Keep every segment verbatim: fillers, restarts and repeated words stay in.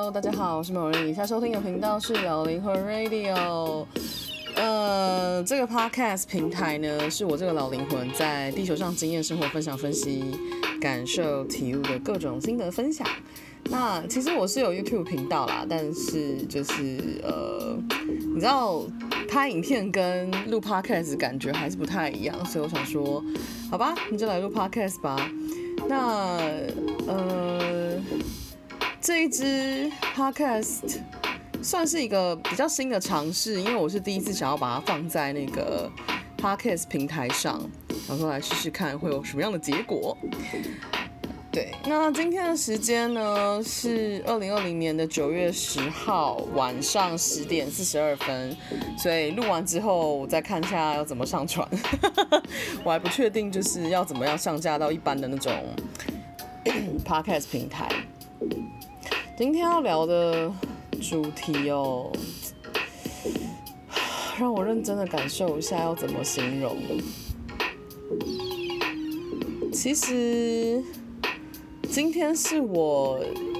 Hello， 大家好，我是某人。以下收听的频道是老灵魂 Radio。呃，这个 Podcast 平台呢，是我这个老灵魂在地球上经验、生活、分享、分析、感受、体悟的各种心得分享。那其实我是有 YouTube 频道啦，但是就是呃，你知道拍影片跟录 Podcast 感觉还是不太一样，所以我想说，好吧，你就来录 Podcast 吧。那呃，这一支 Podcast 算是一个比较新的尝试，因为我是第一次想要把它放在那个 Podcast 平台上，然后来试试看会有什么样的结果。对，那今天的时间呢是二零二零年的九月十号晚上十点四十二分，所以录完之后我再看一下要怎么上传，我还不确定就是要怎么样上架到一般的那种 podcast 平台。今天要聊的主题哦，让我认真的感受一下要怎么形容。其实今天是我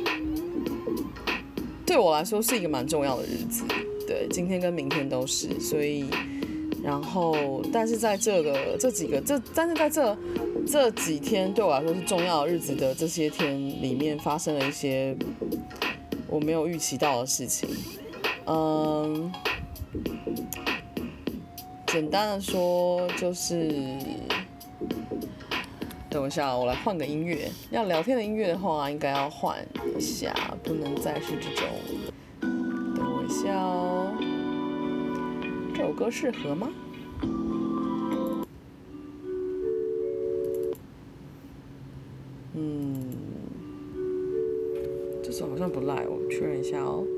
对我来说是一个蛮重要的日子，对，今天跟明天都是，所以，然后，但是在这个这几个这，但是在这这几天对我来说是重要的日子的这些天里面，发生了一些我没有预期到的事情。嗯，简单的说就是。等一下，我来换个音乐。要聊天的音乐的话，应该要换一下，不能再是这种。等我一下哦，这首歌适合吗？嗯，这首好像不赖，我确认一下哦。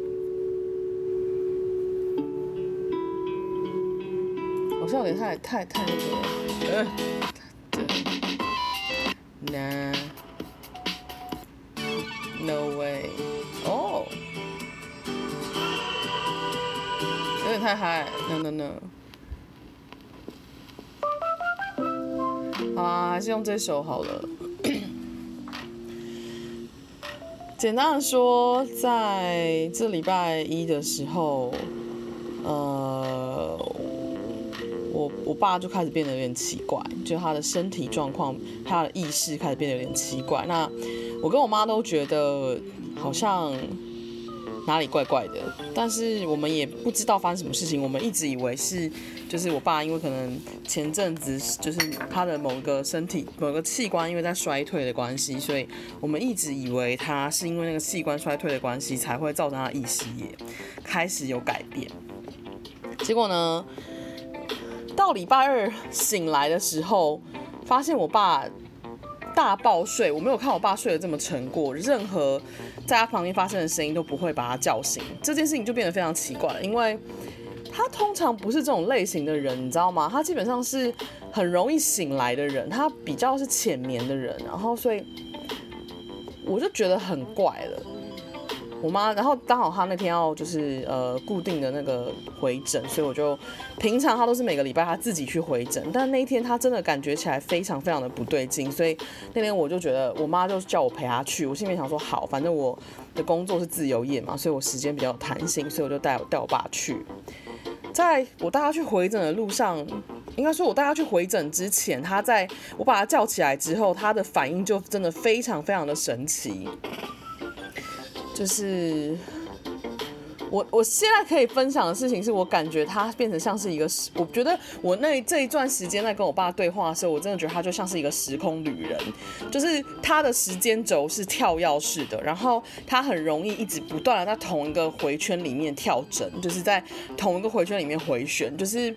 好像有点太太太那个，呃，对。Nah, no way. 哦、oh ，有点太嗨 ，no no no。好啦，还是用这首好了。简单的说，在这礼拜一的时候，呃。我, 我爸就开始变得有点奇怪，就他的身体状况，他的意识开始变得有点奇怪。那我跟我妈都觉得好像哪里怪怪的，但是我们也不知道发生什么事情。我们一直以为是，就是我爸因为可能前阵子就是他的某个身体某个器官因为在衰退的关系，所以我们一直以为他是因为那个器官衰退的关系才会造成他的意识也开始有改变。结果呢？到礼拜二醒来的时候，发现我爸大爆睡，我没有看我爸睡得这么沉过，任何在他旁边发生的声音都不会把他叫醒。这件事情就变得非常奇怪了，因为他通常不是这种类型的人，你知道吗？他基本上是很容易醒来的人，他比较是浅眠的人，然后所以我就觉得很怪了。我妈，然后刚好她那天要就是呃固定的那个回诊，所以我就平常她都是每个礼拜她自己去回诊，但那一天她真的感觉起来非常非常的不对劲，所以那天我就觉得我妈就叫我陪她去，我心里面想说好，反正我的工作是自由业嘛，所以我时间比较有弹性，所以我就带带我爸去。在我带他去回诊的路上，应该说我带他去回诊之前，他在我把他叫起来之后，他的反应就真的非常非常的神奇。就是我我现在可以分享的事情是我感觉他变成像是一个，我觉得我那这一段时间在跟我爸对话的时候，我真的觉得他就像是一个时空旅人，就是他的时间轴是跳跃式的，然后他很容易一直不断的在同一个回圈里面跳针，就是在同一个回圈里面回旋，就是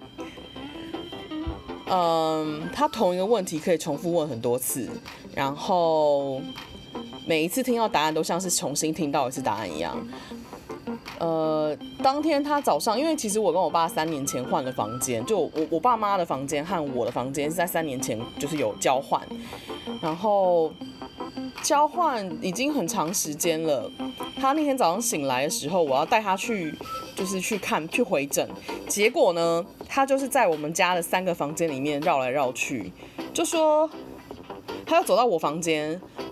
嗯，他同一个问题可以重复问很多次，然后每一次听到答案都像是重新听到一次答案一样。呃，当天他早上，因为其实我跟我爸三年前换了房间，就我我爸妈的房间和我的房间是在三年前就是有交换，然后交换已经很长时间了。他那天早上醒来的时候，我要带他去就是去看去回诊，结果呢，他就是在我们家的三个房间里面绕来绕去，就说他要走到我房间。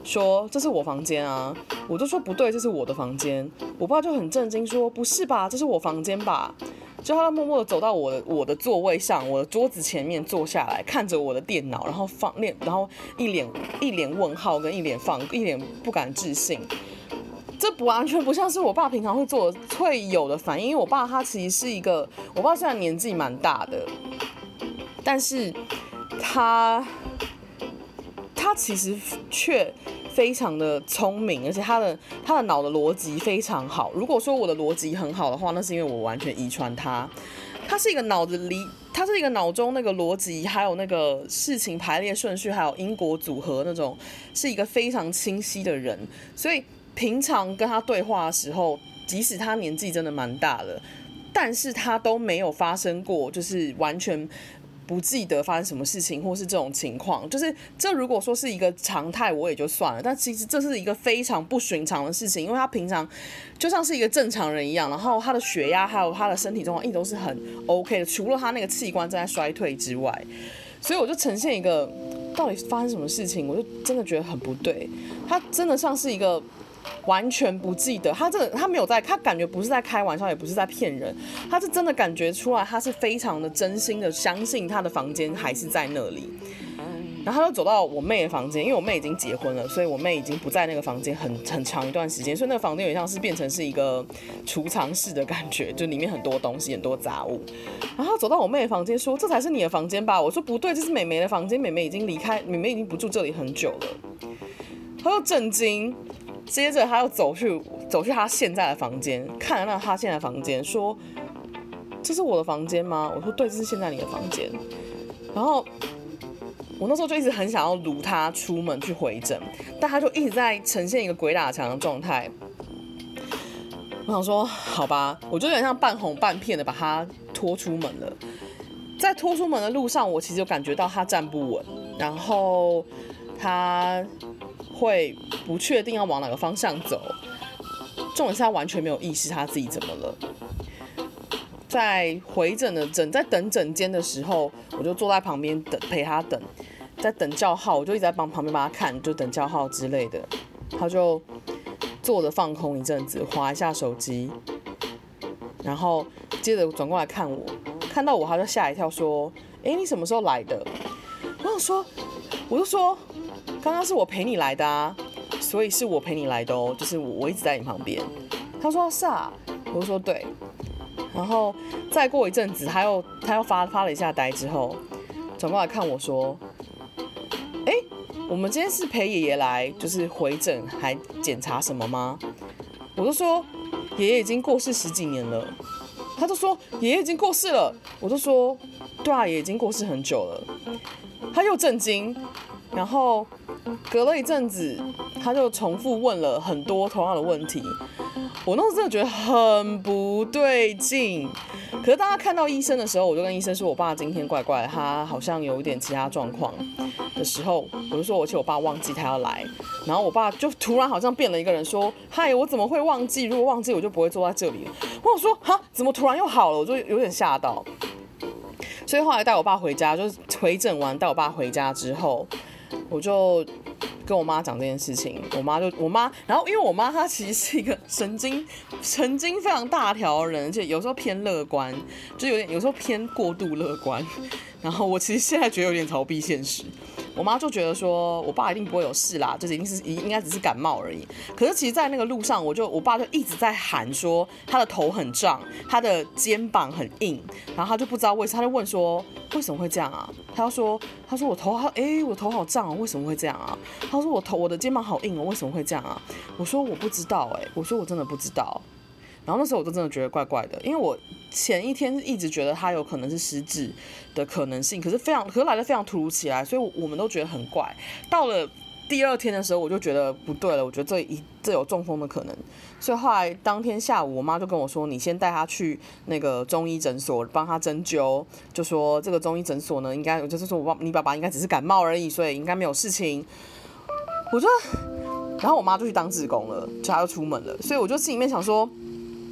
说这是我房间啊，我就说不对，这是我的房间。我爸就很震惊说不是吧，这是我房间吧。就他默默的走到我的我的座位上，我的桌子前面坐下来，看着我的电脑，然后放脸，然后一脸一脸问号跟一脸放一脸不敢置信。这不完全不像是我爸平常会做会有的反应，因为我爸他其实是一个，我爸虽然年纪蛮大的，但是他他其实却非常的聪明，而且他的他的脑的逻辑非常好。如果说我的逻辑很好的话，那是因为我完全遗传他。他是一个脑子里，他是一个脑中那个逻辑，还有那个事情排列顺序，还有因果组合那种，是一个非常清晰的人。所以平常跟他对话的时候，即使他年纪真的蛮大了，但是他都没有发生过，就是完全不记得发生什么事情，或是这种情况，就是这如果说是一个常态，我也就算了。但其实这是一个非常不寻常的事情，因为他平常就像是一个正常人一样，然后他的血压还有他的身体状况一直都是很 OK 的，除了他那个器官正在衰退之外，所以我就呈现一个到底发生什么事情，我就真的觉得很不对。他真的像是一个完全不记得，他真的他没有在，他感觉不是在开玩笑，也不是在骗人，他是真的感觉出来，他是非常的真心的相信他的房间还是在那里。然后他就走到我妹的房间，因为我妹已经结婚了，所以我妹已经不在那个房间很很长一段时间，所以那个房间有点像是变成是一个储藏室的感觉，就里面很多东西，很多杂物。然后他走到我妹的房间说：“这才是你的房间吧？”我说：“不对，这是妹妹的房间，妹妹已经离开，妹妹已经不住这里很久了。”他就震惊。接着他又走去走去他现在的房间，看了那他现在的房间，说：“这是我的房间吗？”我说：“对，这是现在你的房间。”然后我那时候就一直很想要撸他出门去回诊，但他就一直在呈现一个鬼打墙的状态。我想说，好吧，我就有点像半哄半骗的把他拖出门了。在拖出门的路上，我其实有感觉到他站不稳，然后他会不确定要往哪个方向走，重点是他完全没有意识他自己怎么了。在回诊的诊，在等诊间的时候，我就坐在旁边等陪他等，在等叫号，我就一直在帮旁边帮他看，就等叫号之类的。他就坐着放空一阵子，滑一下手机，然后接着转过来看我，看到我他就吓一跳，说：“哎，你什么时候来的？”我想说，我就说。刚刚是我陪你来的啊，所以是我陪你来的哦，就是我我一直在你旁边。他说是啊，我就说对。然后再过一阵子，他又他又发发了一下呆之后，转过来看我说：“哎，我们今天是陪爷爷来，就是回诊还检查什么吗？”我就说爷爷已经过世十几年了。他就说爷爷已经过世了。我就说对啊，爷爷已经过世很久了。他又震惊，然后隔了一阵子，他就重复问了很多同样的问题。我那时候真的觉得很不对劲。可是当他看到医生的时候，我就跟医生说我爸今天怪怪的，他好像有一点其他状况的时候，我就说而且我爸忘记他要来，然后我爸就突然好像变了一个人说：“嗨，我怎么会忘记？如果忘记我就不会坐在这里了。”我说：“哈，怎么突然又好了？”我就有点吓到。所以后来带我爸回家，就是回诊完带我爸回家之后，我就跟我妈讲这件事情。我妈就我妈，然后因为我妈她其实是一个神经神经非常大条的人，而且有时候偏乐观，就有点有时候偏过度乐观。然后我其实现在觉得有点逃避现实。我妈就觉得说我爸一定不会有事啦，就是一定是应该只是感冒而已。可是其实在那个路上，我就我爸就一直在喊说他的头很胀，他的肩膀很硬，然后他就不知道为什么，他就问说为什么会这样啊？他就说他说我头好哎、欸、我头好胀哦，为什么会这样啊？他说我头我的肩膀好硬哦，为什么会这样啊？我说我不知道哎、欸，我说我真的不知道。然后那时候我就真的觉得怪怪的，因为我前一天一直觉得他有可能是失智的可能性，可是非常可是来的非常突如其来，所以我们都觉得很怪。到了第二天的时候，我就觉得不对了，我觉得这一这有中风的可能，所以后来当天下午，我妈就跟我说：“你先带他去那个中医诊所帮他针灸，就说这个中医诊所呢，应该就是说我你爸爸应该只是感冒而已，所以应该没有事情。”我就，然后我妈就去当志工了，就她就出门了，所以我就心里面想说。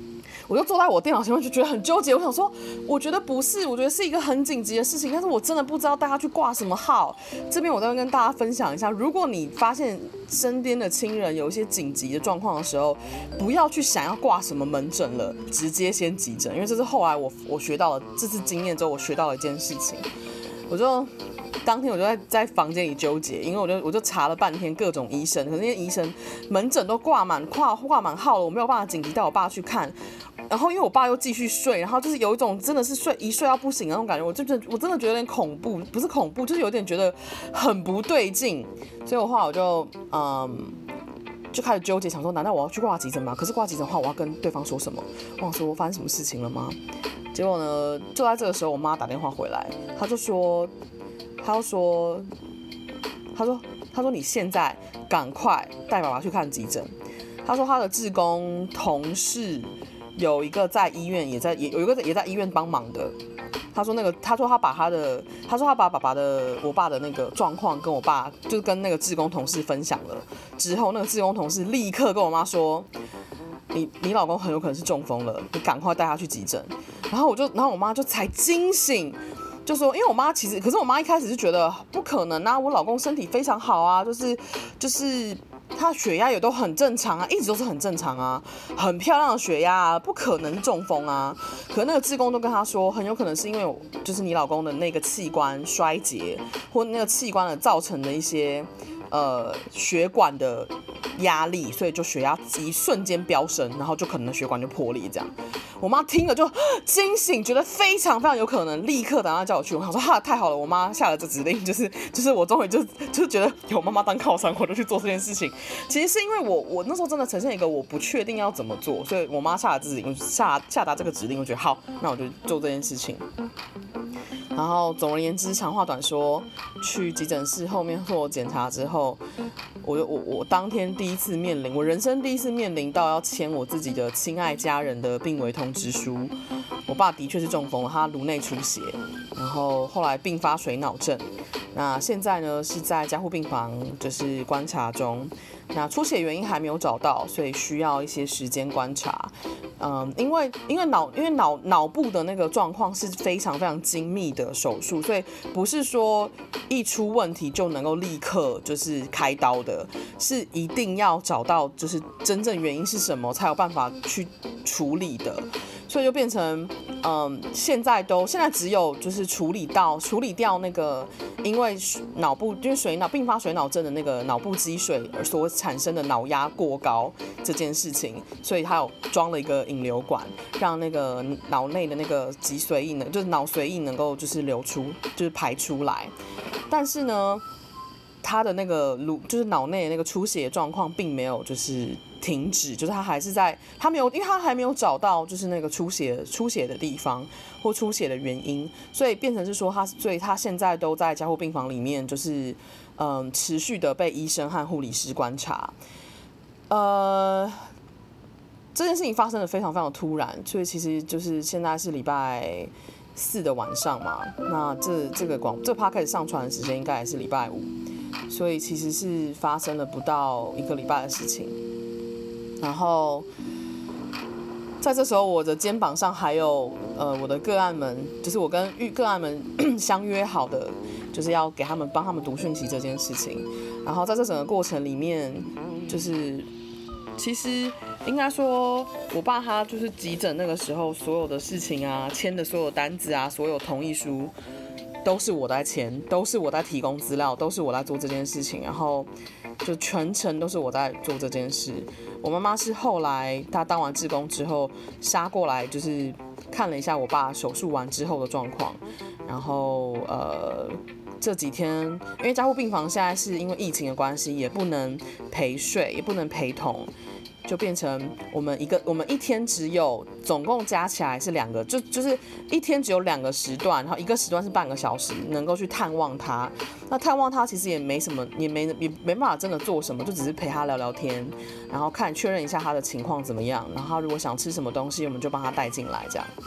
我就坐在我电脑前面就觉得很纠结。我想说，我觉得不是，我觉得是一个很紧急的事情，但是我真的不知道大家去挂什么号。这边我再跟大家分享一下，如果你发现身边的亲人有一些紧急的状况的时候，不要去想要挂什么门诊了，直接先急诊，因为这是后来我我学到了这次经验之后，我学到了一件事情，我就。当天我就在在房间里纠结，因为我就我就查了半天各种医生，可是那些医生门诊都挂满挂挂满号了，我没有办法紧急带我爸去看。然后因为我爸又继续睡，然后就是有一种真的是睡一睡到不醒的那种感觉，我就觉得我真的觉得有点恐怖，不是恐怖，就是有点觉得很不对劲。所以我后来我就嗯就开始纠结，想说难道我要去挂急诊吗？可是挂急诊的话，我要跟对方说什么？我想说发生什么事情了吗？结果呢，就在这个时候，我妈打电话回来，她就说。他就说，他说，他说你现在赶快带爸爸去看急诊。他说他的志工同事有一个在医院，也在也有一个也在医院帮忙的。他说那个，他说他把他的，他说他把爸爸的我爸的那个状况跟我爸，就是跟那个志工同事分享了之后，那个志工同事立刻跟我妈说。你你老公很有可能是中风了，你赶快带他去急诊。然后我就，然后我妈就才惊醒。就说，因为我妈其实，可是我妈一开始是觉得不可能啊，我老公身体非常好啊，就是就是他血压也都很正常啊，一直都是很正常啊，很漂亮的血压啊，不可能中风啊。可是那个志工都跟他说，很有可能是因为就是你老公的那个器官衰竭，或那个器官的造成的一些呃血管的压力，所以就血压一瞬间飙升，然后就可能血管就破裂这样。我妈听了就惊醒，觉得非常非常有可能，立刻打电话叫我去。我想说哈，太好了，我妈下了这指令，就是就是我终于就就是觉得有妈妈当靠山，我就去做这件事情。其实是因为我我那时候真的呈现一个我不确定要怎么做，所以我妈下了指令，下下达这个指令，我觉得好，那我就做这件事情。然后总而言之，长话短说，去急诊室后面做检查之后，我我我当天第一次面临，我人生第一次面临到要签我自己的亲爱家人的病危通知书。我爸的确是中风了，他颅内出血，然后后来并发水脑症，那现在呢是在加护病房就是观察中。那出血原因还没有找到，所以需要一些时间观察。嗯，因为因为脑因为脑脑部的那个状况是非常非常精密的手术，所以不是说一出问题就能够立刻就是开刀的，是一定要找到就是真正原因是什么才有办法去处理的。所以就变成，嗯，现在都现在只有就是处理到处理掉那个因为脑部因为水脑并发水脑症的那个脑部积水而所产生的脑压过高这件事情，所以他有装了一个引流管，让那个脑内的那个脊髓液能就是脑髓液能够就是流出就是排出来，但是呢。他的那个就是脑内的那个出血状况并没有就是停止，就是他还是在他没有，因为他还没有找到就是那个出血出血的地方或出血的原因，所以变成是说他，所以他现在都在加护病房里面，就是嗯持续的被医生和护理师观察。呃，这件事情发生的非常非常突然，所以其实就是现在是礼拜四的晚上嘛，那这这个广这个 podcast 上传的时间应该也是礼拜五。所以其实是发生了不到一个礼拜的事情，然后在这时候我的肩膀上还有呃我的个案们，就是我跟个案们相约好的，就是要给他们帮他们读讯息这件事情。然后在这整个过程里面，就是其实应该说我爸他就是急诊那个时候所有的事情啊，签的所有单子啊，所有同意书。都是我在签，都是我在提供资料，都是我在做这件事情，然后就全程都是我在做这件事。我妈妈是后来她当完志工之后杀过来，就是看了一下我爸手术完之后的状况，然后呃这几天因为加护病房现在是因为疫情的关系，也不能陪睡，也不能陪同。就变成我们一个，我们一天只有总共加起来是两个，就就是一天只有两个时段，然后一个时段是半个小时，能够去探望他。那探望他其实也没什么，也没也没办法真的做什么，就只是陪他聊聊天，然后看确认一下他的情况怎么样，然后他如果想吃什么东西，我们就帮他带进来这样。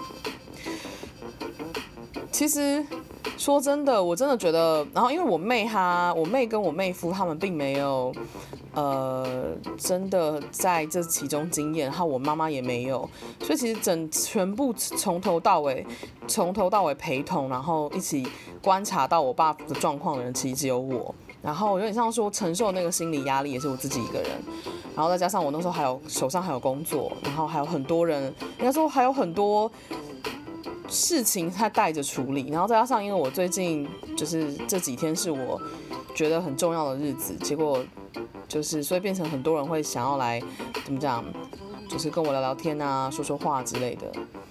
其实说真的，我真的觉得，然后因为我妹她，我妹跟我妹夫他们并没有。 呃，真的在这其中经验，然后我妈妈也没有，所以其实整全部从头到尾，从头到尾陪同，然后一起观察到我爸的状况的人，其实只有我。然后有点像说承受那个心理压力也是我自己一个人，然后再加上我那时候还有手上还有工作，然后还有很多人，应该说还有很多事情在带着处理，然后再加上因为我最近就是这几天是我觉得很重要的日子，结果就是所以变成很多人会想要来怎么讲，就是跟我聊聊天啊，说说话之类的，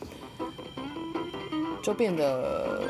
就变得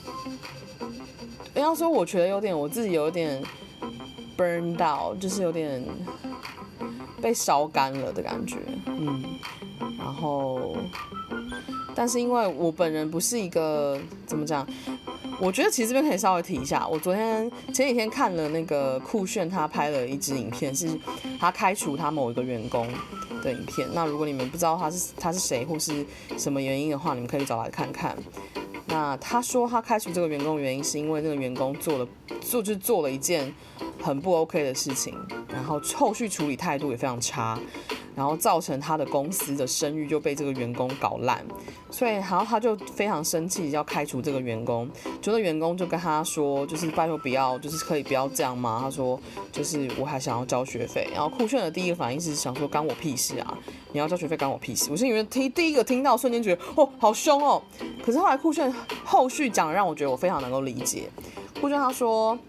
要说我觉得有点我自己有点 burned out， 就是有点被烧干了的感觉，嗯，然后但是因为我本人不是一个怎么讲，我觉得其实这边可以稍微提一下，我昨天前几天看了那个酷炫他拍了一支影片，是他开除他某一个员工的影片。那如果你们不知道他是他是谁或是什么原因的话，你们可以找来看看。那他说他开除这个员工的原因是因为这个员工做了做就是做了一件很不 OK 的事情，然后后续处理态度也非常差，然后造成他的公司的声誉就被这个员工搞烂，所以然后他就非常生气要开除这个员工，就那员工就跟他说，就是拜托不要，就是可以不要这样吗？他说就是我还想要交学费，然后酷炫的第一个反应是想说干我屁事啊，你要交学费干我屁事，我是因为听第一个听到瞬间觉得哦好凶哦，可是后来酷炫后续讲让我觉得我非常能够理解，酷炫他说。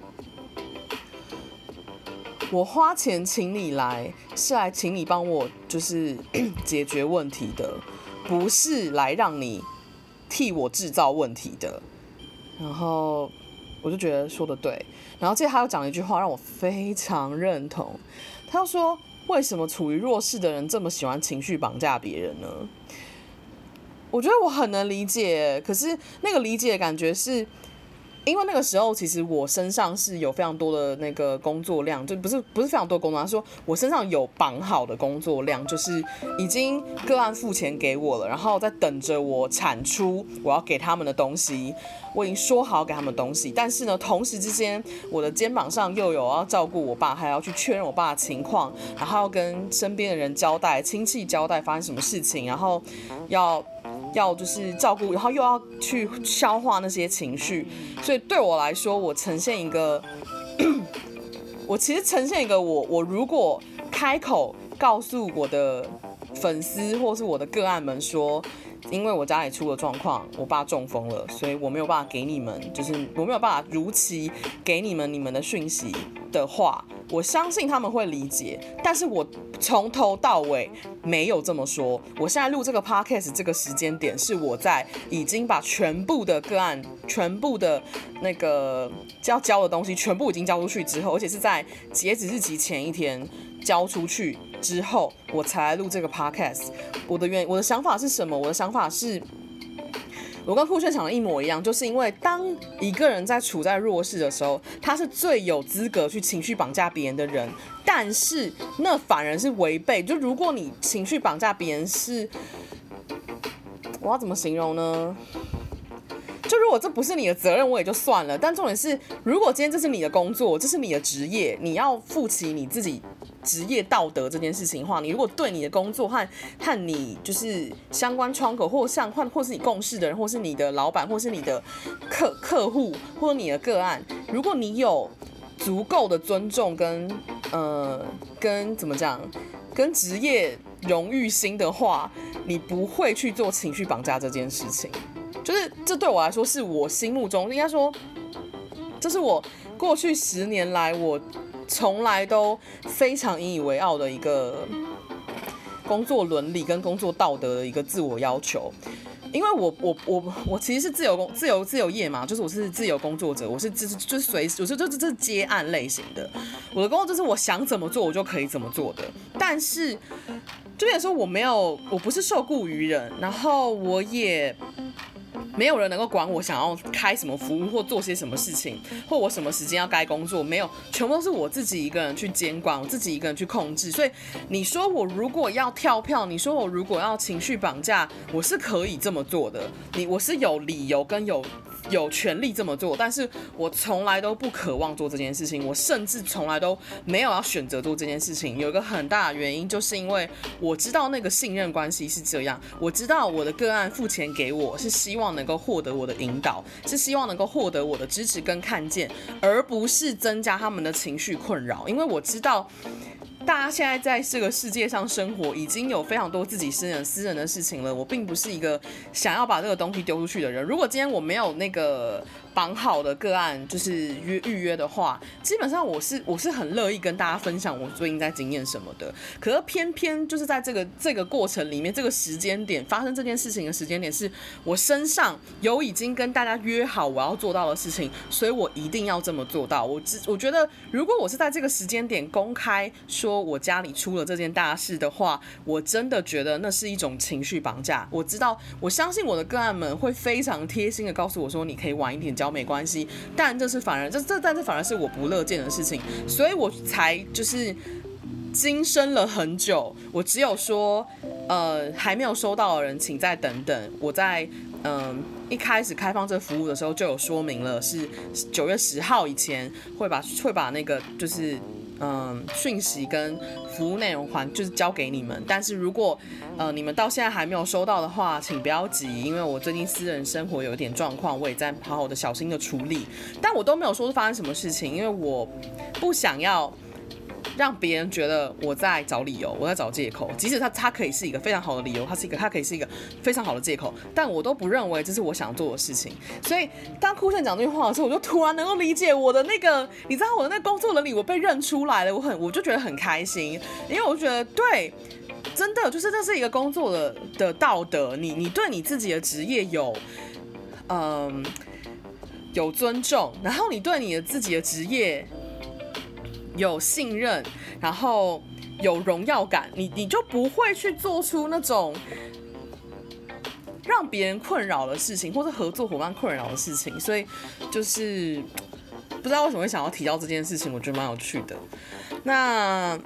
我花钱请你来，是来请你帮我就是解决问题的，不是来让你替我制造问题的。然后我就觉得说得对，然后接着他又讲了一句话让我非常认同，他说为什么处于弱势的人这么喜欢情绪绑架别人呢？我觉得我很能理解，可是那个理解的感觉是。因为那个时候，其实我身上是有非常多的那个工作量，就不是不是非常多的工作量，他说我身上有绑好的工作量，就是已经个案付钱给我了，然后在等着我产出我要给他们的东西，我已经说好给他们的东西，但是呢，同时之间我的肩膀上又有要照顾我爸，还要去确认我爸的情况，然后要跟身边的人交代、亲戚交代发生什么事情，然后要。要就是照顾，然后又要去消化那些情绪，所以对我来说，我呈现一个，我其实呈现一个我我如果开口告诉我的粉丝或是我的个案们说，因为我家里出了状况，我爸中风了，所以我没有办法给你们，就是我没有办法如期给你们你们的讯息的话，我相信他们会理解，但是我从头到尾没有这么说。我现在录这个 podcast 这个时间点是我在已经把全部的个案、全部的那个要交的东西全部已经交出去之后，而且是在截止日期前一天交出去之后，我才来录这个 podcast。我的原我的想法是什么？我的想法是。我跟酷炫想的一模一样，就是因为当一个人在处在弱势的时候，他是最有资格去情绪绑架别人的人，但是那反而是违背。就如果你情绪绑架别人是，我要怎么形容呢？就如果这不是你的责任，我也就算了。但重点是，如果今天这是你的工作，这是你的职业，你要负起你自己职业道德这件事情的话，你如果对你的工作和和你就是相关窗口，或像或或是你共事的人，或是你的老板，或是你的客客户，或者你的个案，如果你有足够的尊重跟呃跟怎么讲，跟职业荣誉心的话，你不会去做情绪绑架这件事情。就是这对我来说是我心目中应该说，这是我过去十年来我从来都非常引以为傲的一个工作伦理跟工作道德的一个自我要求。因为我我我我其实是自由工自由自由业嘛，就是我是自由工作者，我是就是就是随我是就是这是接案类型的，我的工作就是我想怎么做我就可以怎么做的，但是就变成说我没有我不是受雇于人，然后我也没有人能够管我想要开什么服务或做些什么事情，或我什么时间要该工作，没有，全部都是我自己一个人去监管，我自己一个人去控制。所以你说我如果要跳票，你说我如果要情绪绑架，我是可以这么做的，你我是有理由跟有有权利这么做，但是我从来都不渴望做这件事情，我甚至从来都没有要选择做这件事情。有一个很大的原因，就是因为我知道那个信任关系是这样，我知道我的个案付钱给我是希望能够获得我的引导，是希望能够获得我的支持跟看见，而不是增加他们的情绪困扰。因为我知道大家现在在这个世界上生活，已经有非常多自己私人私人的事情了。我并不是一个想要把这个东西丢出去的人。如果今天我没有那个绑好的个案，就是约预约的话，基本上我是我是很乐意跟大家分享我最近在经验什么的。可是偏偏就是在这个这个过程里面，这个时间点发生这件事情的时间点，是我身上有已经跟大家约好我要做到的事情，所以我一定要这么做到。我我觉得，如果我是在这个时间点公开说我家里出了这件大事的话，我真的觉得那是一种情绪绑架。我知道，我相信我的个案们会非常贴心的告诉我说，你可以晚一点交没关系，但这是反而这这但这反而是我不乐见的事情，所以我才就是今生了很久，我只有说，呃，还没有收到的人，请再等等。我在嗯、呃、一开始开放这服务的时候就有说明了，是九月十号以前会把会把那个就是嗯讯息跟服务内容还就是交给你们。但是如果呃你们到现在还没有收到的话，请不要急，因为我最近私人生活有一点状况，我也在好好的小心的处理。但我都没有说是发生什么事情，因为我不想要让别人觉得我在找理由，我在找借口，即使它它可以是一个非常好的理由，它是一个它可以是一个非常好的借口，但我都不认为这是我想做的事情。所以当酷炫讲这句话的时候，我就突然能够理解我的那个，你知道我的那个工作能力，我被认出来了，我很我就觉得很开心，因为我就觉得对。真的就是这是一个工作 的, 的道德，你你对你自己的职业有，嗯，有尊重，然后你对你的自己的职业有信任，然后有荣耀感，你你就不会去做出那种让别人困扰的事情，或者合作伙伴困扰的事情。所以就是不知道为什么会想要提到这件事情，我觉得蛮有趣的。那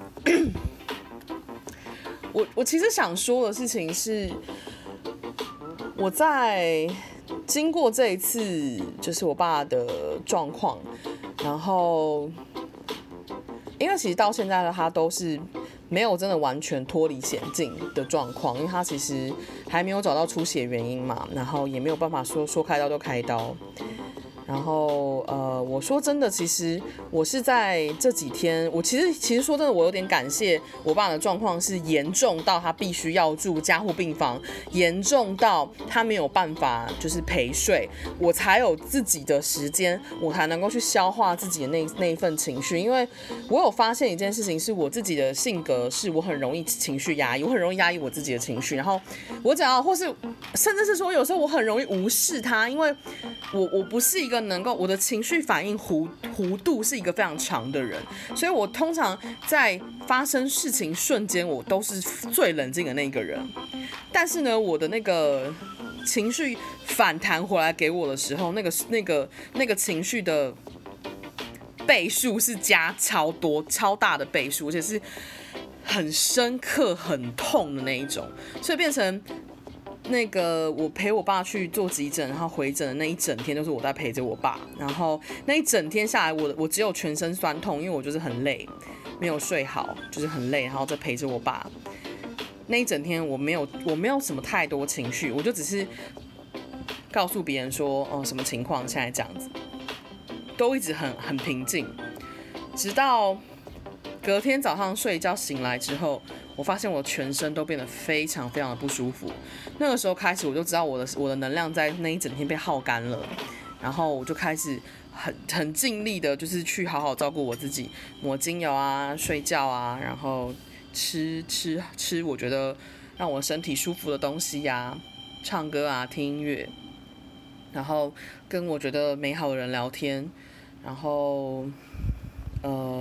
我我其实想说的事情是，我在经过这一次就是我爸的状况，然后因为其实到现在的他都是没有真的完全脱离险境的状况，因为他其实还没有找到出血原因嘛，然后也没有办法说说开刀就开刀。然后呃，我说真的，其实我是在这几天，我其实其实说真的，我有点感谢我爸的状况是严重到他必须要住加护病房，严重到他没有办法就是陪睡，我才有自己的时间，我才能够去消化自己的那那一份情绪。因为我有发现一件事情，是我自己的性格是我很容易情绪压抑，我很容易压抑我自己的情绪，然后我只要或是甚至是说有时候我很容易无视它，因为我我不是一个能够我的情绪反应弧弧度是一个非常长的人，所以我通常在发生事情瞬间我都是最冷静的那个人。但是呢，我的那个情绪反弹回来给我的时候，那个那个那个情绪的倍数是加超多超大的倍数，而且是很深刻很痛的那一种，所以变成那个我陪我爸去做急诊，然后回诊的那一整天都是我在陪着我爸，然后那一整天下来我我只有全身酸痛，因为我就是很累，没有睡好，就是很累，然后再陪着我爸。那一整天我没有我没有什么太多情绪，我就只是告诉别人说，哦，什么情况，现在这样子，都一直很很平静，直到隔天早上睡一觉醒来之后，我发现我全身都变得非常非常的不舒服。那个时候开始，我就知道我的我的能量在那一整天被耗干了，然后我就开始很很尽力的，就是去好好照顾我自己，抹精油啊，睡觉啊，然后吃吃吃我觉得让我身体舒服的东西呀、啊，唱歌啊，听音乐，然后跟我觉得美好的人聊天，然后呃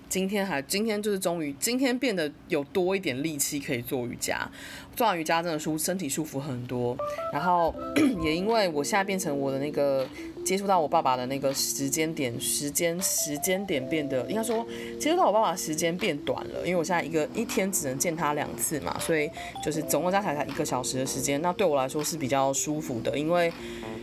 今天还今天就是终于今天变得有多一点力气可以做瑜伽，做完瑜伽真的舒身体舒服很多。然后也因为我现在变成我的那个接触到我爸爸的那个时间点，时间时间点变得应该说接触到我爸爸的时间变短了，因为我现在一个一天只能见他两次嘛，所以就是总共加起来才一个小时的时间，那对我来说是比较舒服的，因为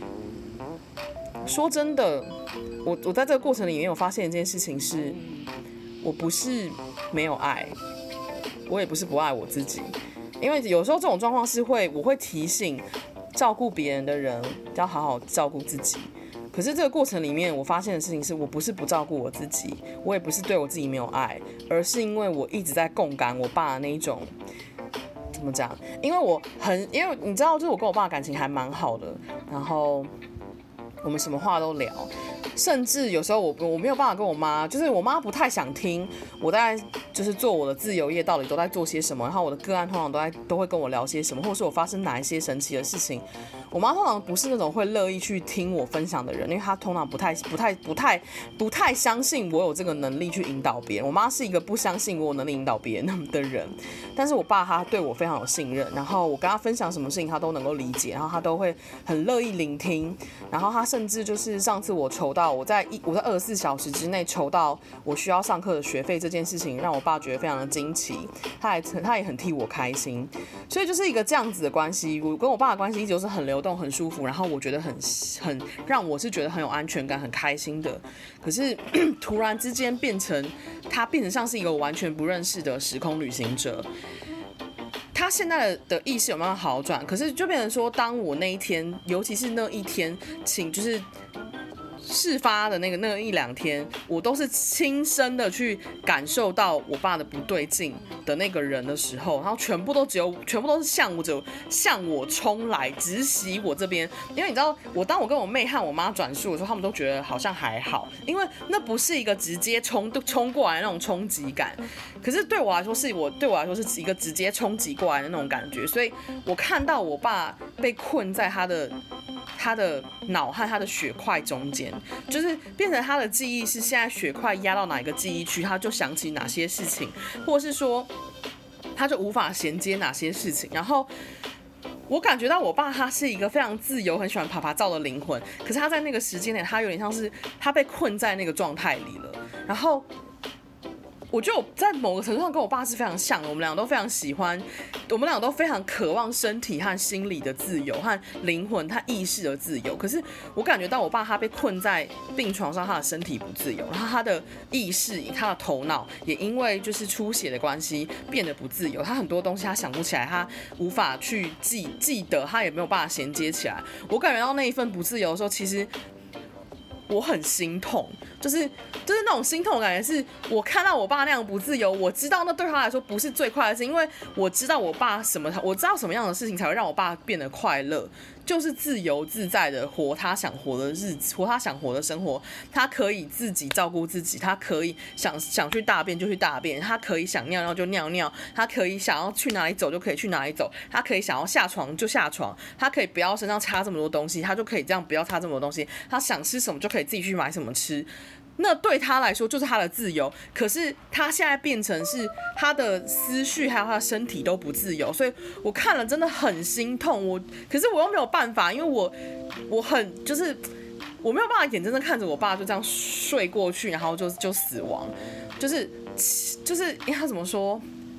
说真的，我我在这个过程里面有发现一件事情是。我不是没有爱，我也不是不爱我自己，因为有时候这种状况是会，我会提醒照顾别人的人要好好照顾自己。可是这个过程里面，我发现的事情是我不是不照顾我自己，我也不是对我自己没有爱，而是因为我一直在共感我爸的那一种，怎么讲？因为我很，因为你知道，就是我跟我爸感情还蛮好的，然后我们什么话都聊。甚至有时候我我没有办法跟我妈，就是我妈不太想听我在就是做我的自由业到底都在做些什么，然后我的个案通常都在都会跟我聊些什么，或者是我发生哪一些神奇的事情。我妈通常不是那种会乐意去听我分享的人，因为她通常不太不太不太不太相信我有这个能力去引导别人。我妈是一个不相信我有能力引导别人的人，但是我爸他对我非常有信任，然后我跟他分享什么事情他都能够理解，然后他都会很乐意聆听，然后他甚至就是上次我筹到我在一我在二十四小时之内筹到我需要上课的学费这件事情，让我爸觉得非常的惊奇，他也他也很替我开心，所以就是一个这样子的关系。我跟我爸的关系一直都是很流动、很舒服，然后我觉得很很让我是觉得很有安全感、很开心的。可是突然之间变成他变成像是一个我完全不认识的时空旅行者。他现在的意识有慢慢好转，可是就变成说，当我那一天，尤其是那一天，请就是事发的那个那一两天，我都是亲身的去感受到我爸的不对劲的那个人的时候，然后全部都只有全部都是向我着向我冲来，直袭我这边。因为你知道，我当我跟我妹和我妈转述的时候，他们都觉得好像还好，因为那不是一个直接冲冲过来的那种冲击感。可是对我来说，是我对我来说是一个直接冲击过来的那种感觉，所以我看到我爸被困在他的他的脑和他的血块中间，就是变成他的记忆是现在血块压到哪一个记忆区，他就想起哪些事情，或是说他就无法衔接哪些事情。然后我感觉到我爸他是一个非常自由、很喜欢爬爬照的灵魂，可是他在那个时间点，他有点像是他被困在那个状态里了。然后我觉得我在某个程度上跟我爸是非常像的，我们俩都非常喜欢，我们俩都非常渴望身体和心理的自由和灵魂和意识的自由。可是我感觉到我爸他被困在病床上，他的身体不自由，然后他的意识、他的头脑也因为就是出血的关系变得不自由。他很多东西他想不起来，他无法去记记得，他也没有办法衔接起来。我感觉到那一份不自由的时候，其实我很心痛，就是就是那种心痛的感觉，是我看到我爸那样不自由，我知道那对他来说不是最快的事，因为我知道我爸什么，我知道什么样的事情才会让我爸变得快乐，就是自由自在的活他想活的日子，活他想活的生活。他可以自己照顾自己，他可以想想去大便就去大便，他可以想尿尿就尿尿，他可以想要去哪里走就可以去哪里走，他可以想要下床就下床，他可以不要身上插这么多东西，他就可以这样不要插这么多东西，他想吃什么就可以自己去买什么吃。那对他来说就是他的自由，可是他现在变成是他的思绪还有他的身体都不自由，所以我看了真的很心痛。我可是我又没有办法，因为我我很就是我没有办法眼睁睁看着我爸就这样睡过去，然后就就死亡，就是就是因为他怎么说？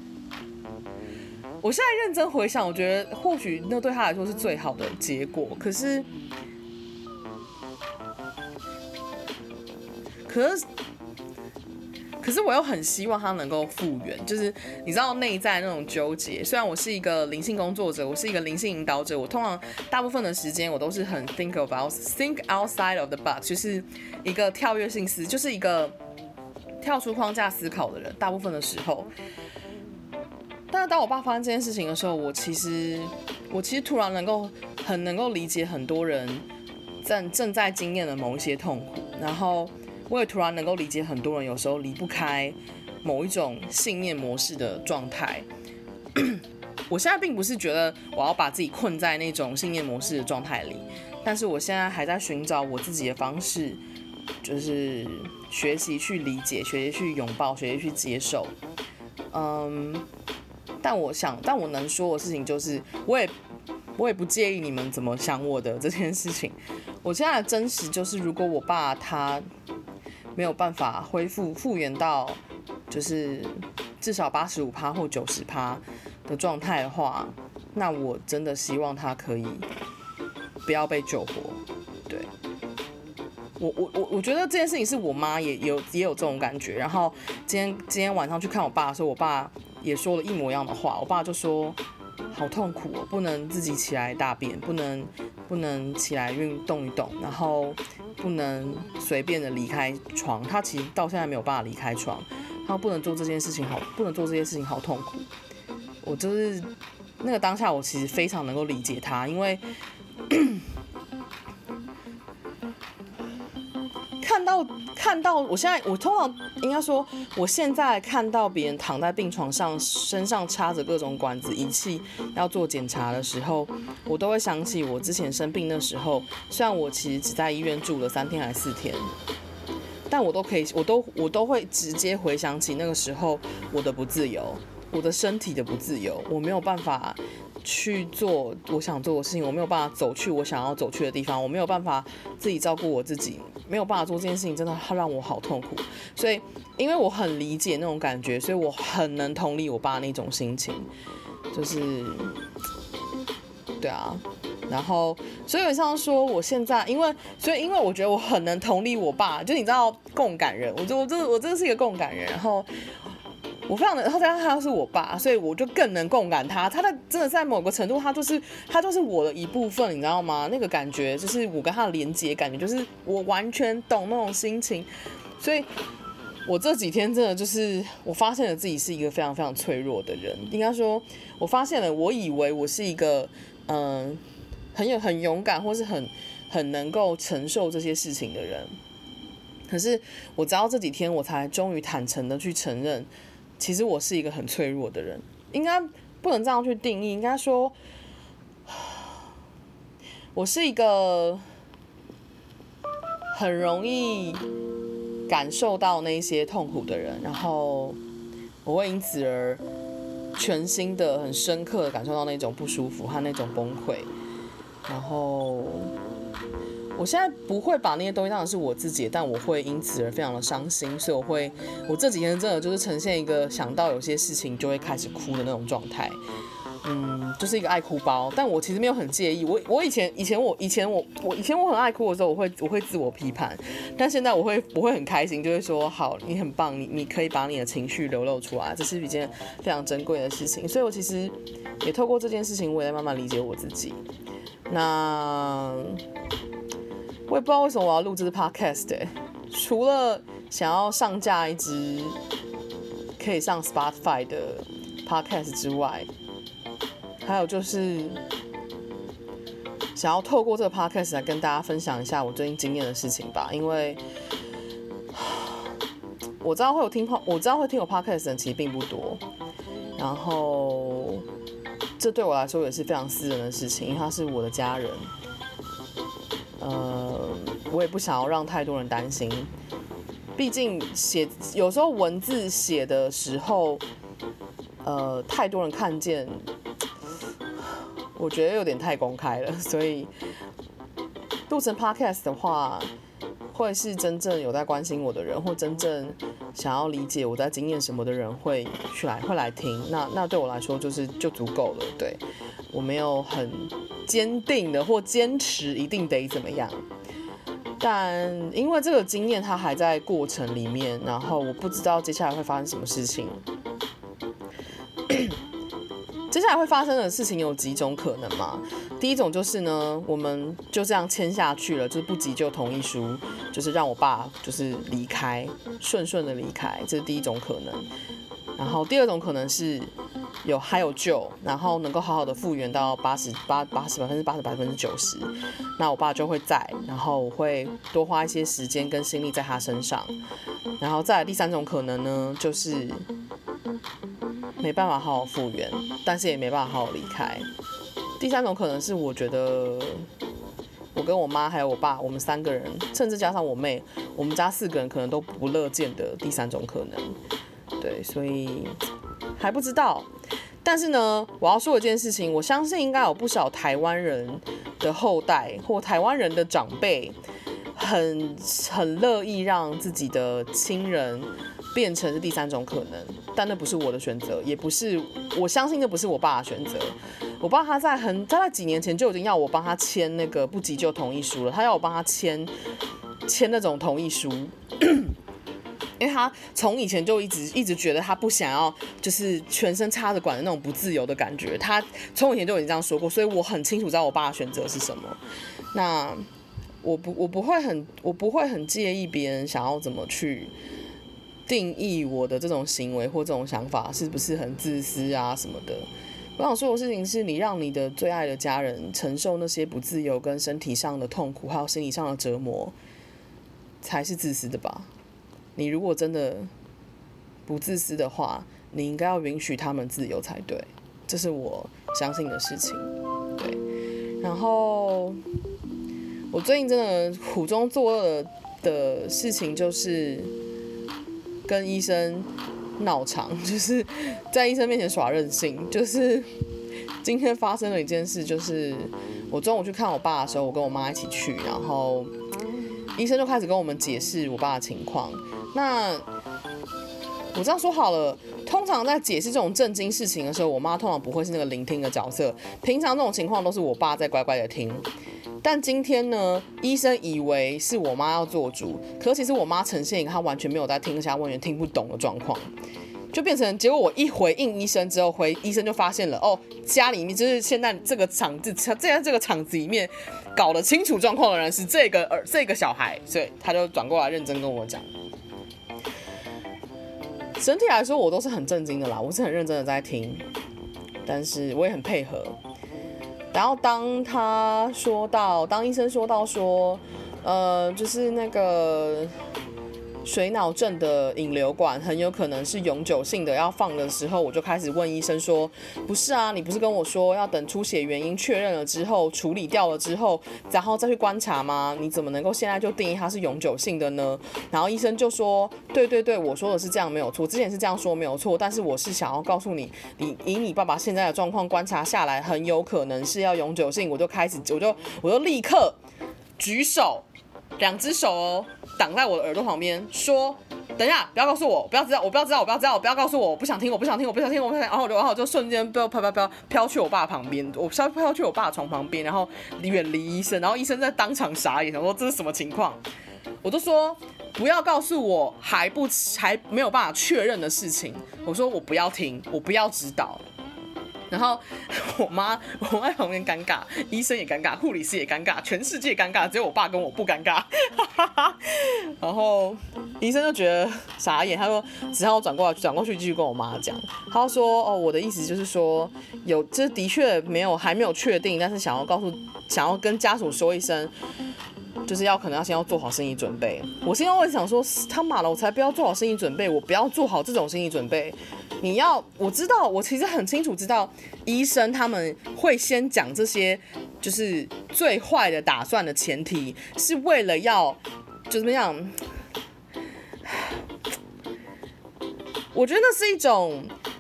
我现在认真回想，我觉得或许那对他来说是最好的结果，可是。可是，可是我又很希望他能够复原，就是你知道内在那种纠结。虽然我是一个灵性工作者，我是一个灵性引导者，我通常大部分的时间我都是很 think about think outside of the box， 就是一个跳跃性思，就是一个跳出框架思考的人。大部分的时候，但是当我爸发生这件事情的时候，我其实我其实突然能够很能够理解很多人正正在经验的某一些痛苦，然后。我也突然能够理解很多人有时候离不开某一种信念模式的状态。我现在并不是觉得我要把自己困在那种信念模式的状态里，但是我现在还在寻找我自己的方式， 就是学习去理解，学习去拥抱，学习去接受。嗯，但我想，但我能说的事情就是，我也我也不介意你们怎么想我的这件事情。我现在的真实就是，如果我爸他没有办法恢复复原到就是至少八十五趴或九十趴的状态的话，那我真的希望他可以不要被救活。对，我我我我觉得这件事情是我妈也有也有这种感觉。然后今天今天晚上去看我爸的时候，我爸也说了一模一样的话。我爸就说好痛苦哦，不能自己起来大便，不能不能起来运动一动，然后不能随便的离开床。他其实到现在没有办法离开床，他不能做这件事情，好不能做这件事情，好痛苦。我就是那个当下，我其实非常能够理解他，因为看到看到，我现在我通常应该说，我现在看到别人躺在病床上，身上插着各种管子仪器要做检查的时候，我都会想起我之前生病的时候。虽然我其实只在医院住了三天还是四天，但我都可以，我都我都会直接回想起那个时候我的不自由，我的身体的不自由，我没有办法去做我想做的事情，我没有办法走去我想要走去的地方，我没有办法自己照顾我自己，没有办法做这件事情，真的让我好痛苦。所以，因为我很理解那种感觉，所以我很能同理我爸那种心情，就是，对啊。然后，所以有像说，我现在因为，所以因为我觉得我很能同理我爸，就你知道共感人，我就我这我真的是一个共感人，然后。我非常的，然后加上他是我爸，所以我就更能共感他。他的真的在某个程度，他就是他就是我的一部分，你知道吗？那个感觉就是我跟他的连接感觉，就是我完全懂那种心情。所以，我这几天真的就是我发现了自己是一个非常非常脆弱的人。应该说，我发现了，我以为我是一个嗯、呃、很有很勇敢，或是很很能够承受这些事情的人。可是我直到这几天，我才终于坦诚的去承认。其实我是一个很脆弱的人，应该不能这样去定义，应该说，我是一个很容易感受到那些痛苦的人，然后我会因此而全心的、很深刻的感受到那种不舒服和那种崩溃，然后。我现在不会把那些东西当成是我自己，但我会因此而非常的伤心，所以我会，我这几天真的就是呈现一个想到有些事情就会开始哭的那种状态，嗯，就是一个爱哭包。但我其实没有很介意，我我以前以前我以前我我以前我很爱哭的时候，我会我会自我批判，但现在我会我会很开心，就会说好，你很棒，你你可以把你的情绪流露出来，这是一件非常珍贵的事情。所以我其实也透过这件事情，我也在慢慢理解我自己。那。我也不知道为什么我要录这支 podcast，欸，除了想要上架一支可以上 Spotify 的 podcast 之外，还有就是想要透过这个 podcast 来跟大家分享一下我最近经验的事情吧。因为我知道会有听，我知道会听我 podcast 的人其实并不多，然后这对我来说也是非常私人的事情，因为他是我的家人。呃，我也不想要让太多人担心，毕竟写有时候文字写的时候，呃，太多人看见，我觉得有点太公开了，所以录成 podcast 的话，会是真正有在关心我的人，或真正想要理解我在经验什么的人会去来会来听，那那对我来说就是就足够了，对。我没有很坚定的或坚持一定得怎么样，但因为这个经验它还在过程里面，然后我不知道接下来会发生什么事情。接下来会发生的事情有几种可能嘛？第一种就是呢，我们就这样签下去了，就是不急救同意书，就是让我爸就是离开，顺顺的离开，这是第一种可能。然后第二种可能是有还有救，然后能够好好的复原到八十八八十百分之八十百分之九十，那我爸就会在，然后我会多花一些时间跟心力在他身上。然后再来第三种可能呢，就是没办法好好复原，但是也没办法好好离开。第三种可能是我觉得我跟我妈还有我爸，我们三个人，甚至加上我妹，我们家四个人可能都不乐见的第三种可能。对，所以还不知道。但是呢，我要说一件事情，我相信应该有不少台湾人的后代或台湾人的长辈，很很乐意让自己的亲人变成是第三种可能，但那不是我的选择，也不是我相信那不是我爸的选择。我爸他在很他在几年前就已经要我帮他签那个不急救同意书了，他要我帮他签签那种同意书。因为他从以前就一直一直觉得他不想要就是全身插着管的那种不自由的感觉，他从以前就已经这样说过，所以我很清楚知道我爸的选择是什么。那我不我不会很我不会很介意别人想要怎么去定义我的这种行为或这种想法是不是很自私啊什么的。我想说的事情是，你让你的最爱的家人承受那些不自由跟身体上的痛苦还有心理上的折磨，才是自私的吧。你如果真的不自私的话，你应该要允许他们自由才对，这是我相信的事情。对，然后我最近真的苦中作乐的事情就是跟医生闹场，就是在医生面前耍任性。就是今天发生了一件事，就是我中午去看我爸的时候，我跟我妈一起去，然后医生就开始跟我们解释我爸的情况。那我这样说好了，通常在解释这种震惊事情的时候，我妈通常不会是那个聆听的角色，平常这种情况都是我爸在乖乖的听。但今天呢，医生以为是我妈要做主，可其实我妈呈现一个她完全没有在听下问员听不懂的状况，就变成结果我一回应医生之后，回医生就发现了哦，家里面就是现在这个场子，在这个场子里面搞得清楚状况的人是这个儿这个小孩，所以他就转过来认真跟我讲。整体来说，我都是很震惊的啦，我是很认真的在听，但是我也很配合。然后当他说到，当医生说到说，呃，就是那个水脑症的引流管很有可能是永久性的要放的时候，我就开始问医生说，不是啊，你不是跟我说要等出血原因确认了之后，处理掉了之后，然后再去观察吗？你怎么能够现在就定义它是永久性的呢？然后医生就说，对对对，我说的是这样没有错，之前是这样说没有错，但是我是想要告诉你，你以你爸爸现在的状况观察下来，很有可能是要永久性。我就开始，我就我就立刻举手，两只手哦，挡在我的耳朵旁边，说：“等一下，不要告诉我，不要知道，我不要知道，我不要知道，我不要告诉我，我不想听，我不想听，我不想听，我不想听。”然后我就，然后我就瞬间飘飘飘飘飘去我爸旁边，我飘飘去我爸的床旁边，然后远离医生，然后医生在当场傻眼，想说这是什么情况？我就说不要告诉我还不还没有办法确认的事情，我说我不要听，我不要知道。然后我妈我妈在旁边尴尬，医生也尴尬，护理师也尴尬，全世界尴尬，只有我爸跟我不尴尬。然后医生就觉得傻眼，他说只好转过来转过去继续跟我妈讲，他说哦，我的意思就是说有这的确没有还没有确定，但是想要告诉想要跟家属说一声。就是要可能要先要做好心理准备。我现在会想说，他妈的，我才不要做好心理准备，我不要做好这种心理准备。你要，我知道，我其实很清楚知道，医生他们会先讲这些，就是最坏的打算的前提，是为了要就怎么样？我觉得那是一种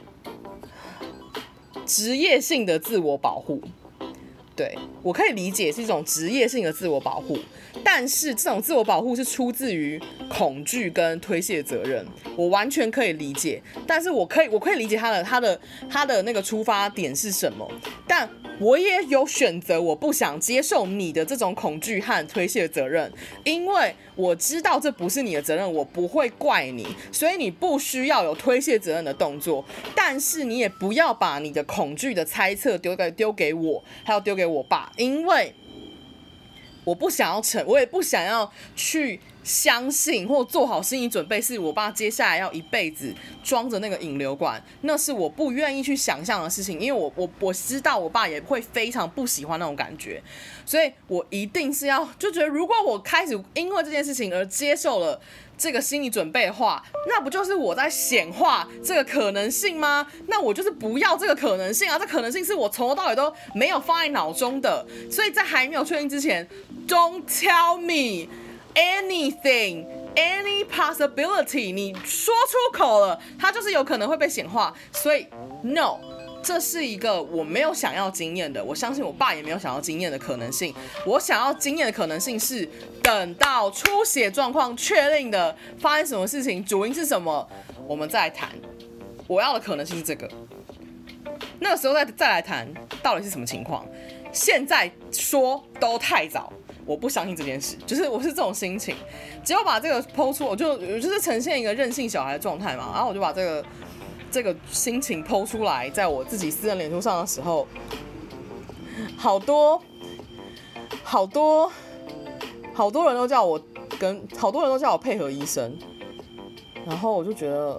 职业性的自我保护。对，我可以理解是一种职业性的自我保护，但是这种自我保护是出自于恐惧跟推卸责任，我完全可以理解。但是我可以，我可以理解他的他的他的那个出发点是什么，但我也有选择，我不想接受你的这种恐惧和推卸责任，因为我知道这不是你的责任，我不会怪你，所以你不需要有推卸责任的动作，但是你也不要把你的恐惧的猜测丢给丢给我，还有丢给我爸，因为我不想要成，我也不想要去相信或做好心理准备，是我爸接下来要一辈子装着那个引流管，那是我不愿意去想象的事情，因为我我我知道我爸也会非常不喜欢那种感觉，所以我一定是要就觉得，如果我开始因为这件事情而接受了这个心理准备的话，那不就是我在显化这个可能性吗？那我就是不要这个可能性啊！这可能性是我从头到尾都没有放在脑中的，所以在还没有确定之前 ，Don't tell me anything, any possibility， 你说出口了，它就是有可能会被显化。所以 ，no。这是一个我没有想要经验的，我相信我爸也没有想要经验的可能性。我想要经验的可能性是，等到出血状况确定的发生什么事情，主因是什么，我们再来谈。我要的可能性是这个，那个时候再再来谈到底是什么情况。现在说都太早，我不相信这件事，就是我是这种心情。只有把这个抛出，我就我就是呈现一个任性小孩的状态嘛，然后我就把这个。这个心情po出来，在我自己私人脸书上的时候，好多好多好多人都叫我跟好多人都叫我配合医生，然后我就觉得，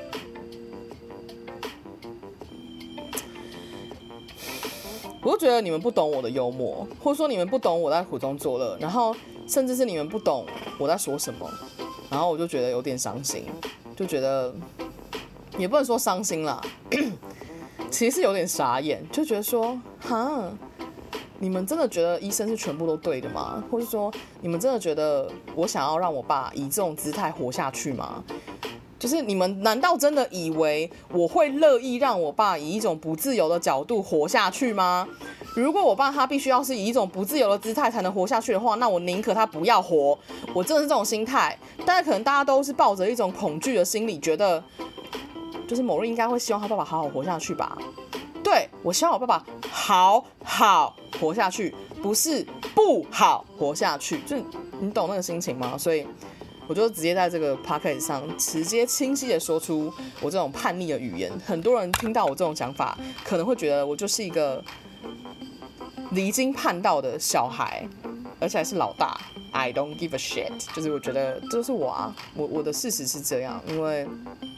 我就觉得你们不懂我的幽默，或者说你们不懂我在苦中作乐，然后甚至是你们不懂我在说什么，然后我就觉得有点伤心，就觉得。也不能说伤心啦，其实是有点傻眼，就觉得说，哈，你们真的觉得医生是全部都对的吗？或是说，你们真的觉得我想要让我爸以这种姿态活下去吗？就是你们难道真的以为我会乐意让我爸以一种不自由的角度活下去吗？如果我爸他必须要是以一种不自由的姿态才能活下去的话，那我宁可他不要活。我真的是这种心态，但是可能大家都是抱着一种恐惧的心理，觉得。就是某人应该会希望他爸爸好好活下去吧？对，我希望我爸爸好好活下去，不是不好活下去。就你懂那个心情吗？所以我就直接在这个 podcast 上直接清晰的说出我这种叛逆的语言。很多人听到我这种讲法，可能会觉得我就是一个离经叛道的小孩，而且还是老大。I don't give a shit， 就是我觉得这是我啊，我我的事实是这样，因为。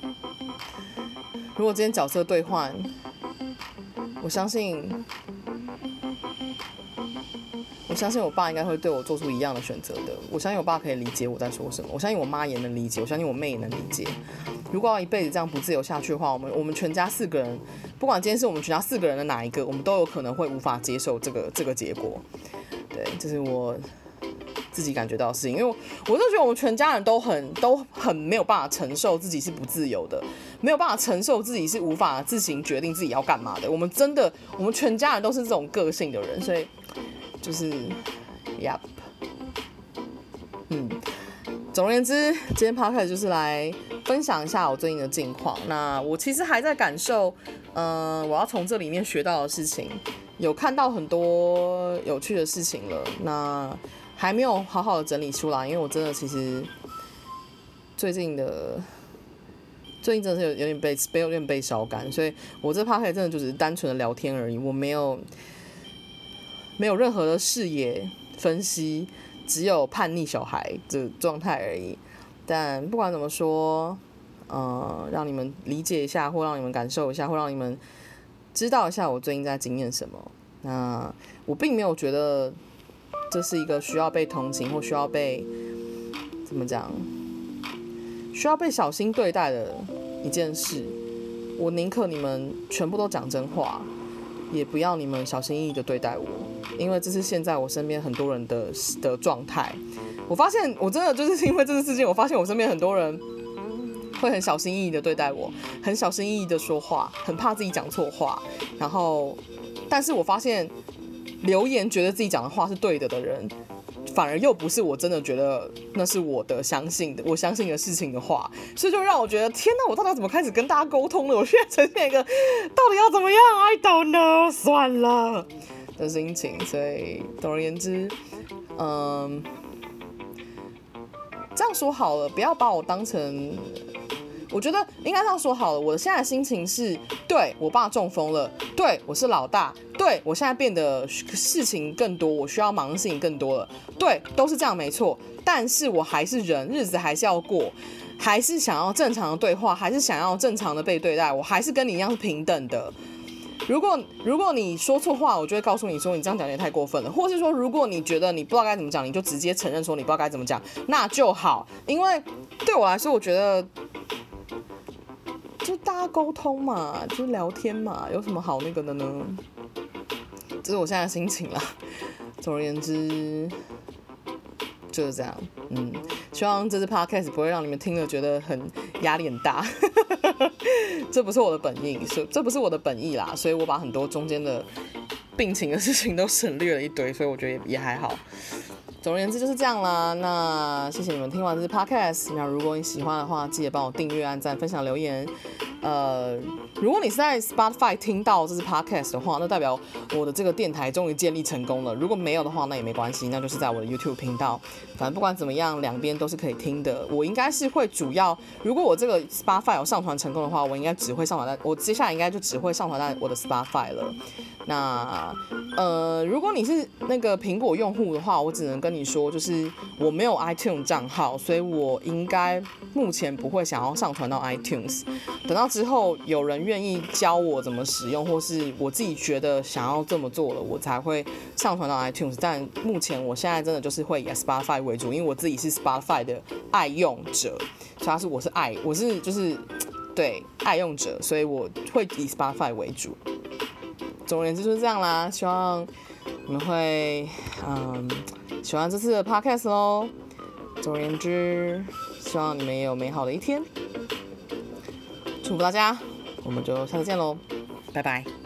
如果今天角色兑换，我相信，我相信我爸应该会对我做出一样的选择的。我相信我爸可以理解我在说什么，我相信我妈也能理解，我相信我妹也能理解。如果要一辈子这样不自由下去的话，我们我们全家四个人，不管今天是我们全家四个人的哪一个，我们都有可能会无法接受这个这个结果。对，这是我自己感觉到的事情，因为我我就觉得我们全家人都很都很没有办法承受自己是不自由的，没有办法承受自己是无法自行决定自己要干嘛的。我们真的，我们全家人都是这种个性的人，所以就是，Yup， 嗯，总而言之，今天 podcast 就是来分享一下我最近的近况。那我其实还在感受，嗯、呃，我要从这里面学到的事情，有看到很多有趣的事情了。那还没有好好的整理出来，因为我真的其实最近的最近真的是有有点被被有点被烧干，所以我这 podcast 真的就只是单纯的聊天而已，我没有没有任何的视野分析，只有叛逆小孩的状态而已。但不管怎么说，呃，让你们理解一下，或让你们感受一下，或让你们知道一下我最近在经验什么。那我并没有觉得这是一个需要被同情或需要被怎么讲，需要被小心对待的一件事。我宁可你们全部都讲真话，也不要你们小心翼翼的对待我，因为这是现在我身边很多人的的状态。我发现我真的就是因为这次事件，我发现我身边很多人会很小心翼翼的对待我，很小心翼翼的说话，很怕自己讲错话。然后，但是我发现留言觉得自己讲的话是对的的人，反而又不是我真的觉得那是我的相信的，我相信的事情的话，所以就让我觉得天哪，我到底要怎么开始跟大家沟通呢？我现在呈现一个到底要怎么样 ，I don't know， 算了的心情。所以总而言之，嗯，这样说好了，不要把我当成。我觉得应该这样说好了，我的现在的心情是，对我爸中风了，对我是老大， 对，我现在变得事情更多，我需要忙的事情更多了，对，都是这样没错。但是我还是人，日子还是要过，还是想要正常的对话，还是想要正常的被对待，我还是跟你一样是平等的。如果如果你说错话，我就会告诉你说你这样讲也太过分了，或是说如果你觉得你不知道该怎么讲，你就直接承认说你不知道该怎么讲，那就好。因为对我来说，我觉得就大家沟通嘛，就聊天嘛，有什么好那个的呢？这是我现在的心情啦。总而言之就是这样，嗯，希望这次 podcast 不会让你们听了觉得很压力很大。这不是我的本意，这不是我的本意啦，所以我把很多中间的病情的事情都省略了一堆，所以我觉得 也, 也还好。总而言之就是这样啦，那谢谢你们听完这次 podcast。那如果你喜欢的话，记得帮我订阅、按赞、分享、留言。呃，如果你是在 Spotify 听到这支 podcast 的话，那代表我的这个电台终于建立成功了。如果没有的话，那也没关系，那就是在我的 YouTube 频道。反正不管怎么样，两边都是可以听的。我应该是会主要，如果我这个 Spotify 有上传成功的话，我应该只会上传在，我接下来应该就只会上传在我的 Spotify 了。那呃，如果你是那个苹果用户的话，我只能跟你说，就是我没有 iTunes 账号，所以我应该目前不会想要上传到 iTunes。等到之后有人愿意教我怎么使用，或是我自己觉得想要这么做了，我才会上传到 iTunes。但目前我现在真的就是会以 Spotify 为主，因为我自己是 Spotify 的爱用者，所以他是我是爱，我是就是对爱用者，所以我会以 Spotify 为主。总而言之就是这样啦，希望你们会嗯喜欢这次的 podcast 咯。总而言之，希望你们也有美好的一天。祝福大家，我们就下次见喽，拜拜。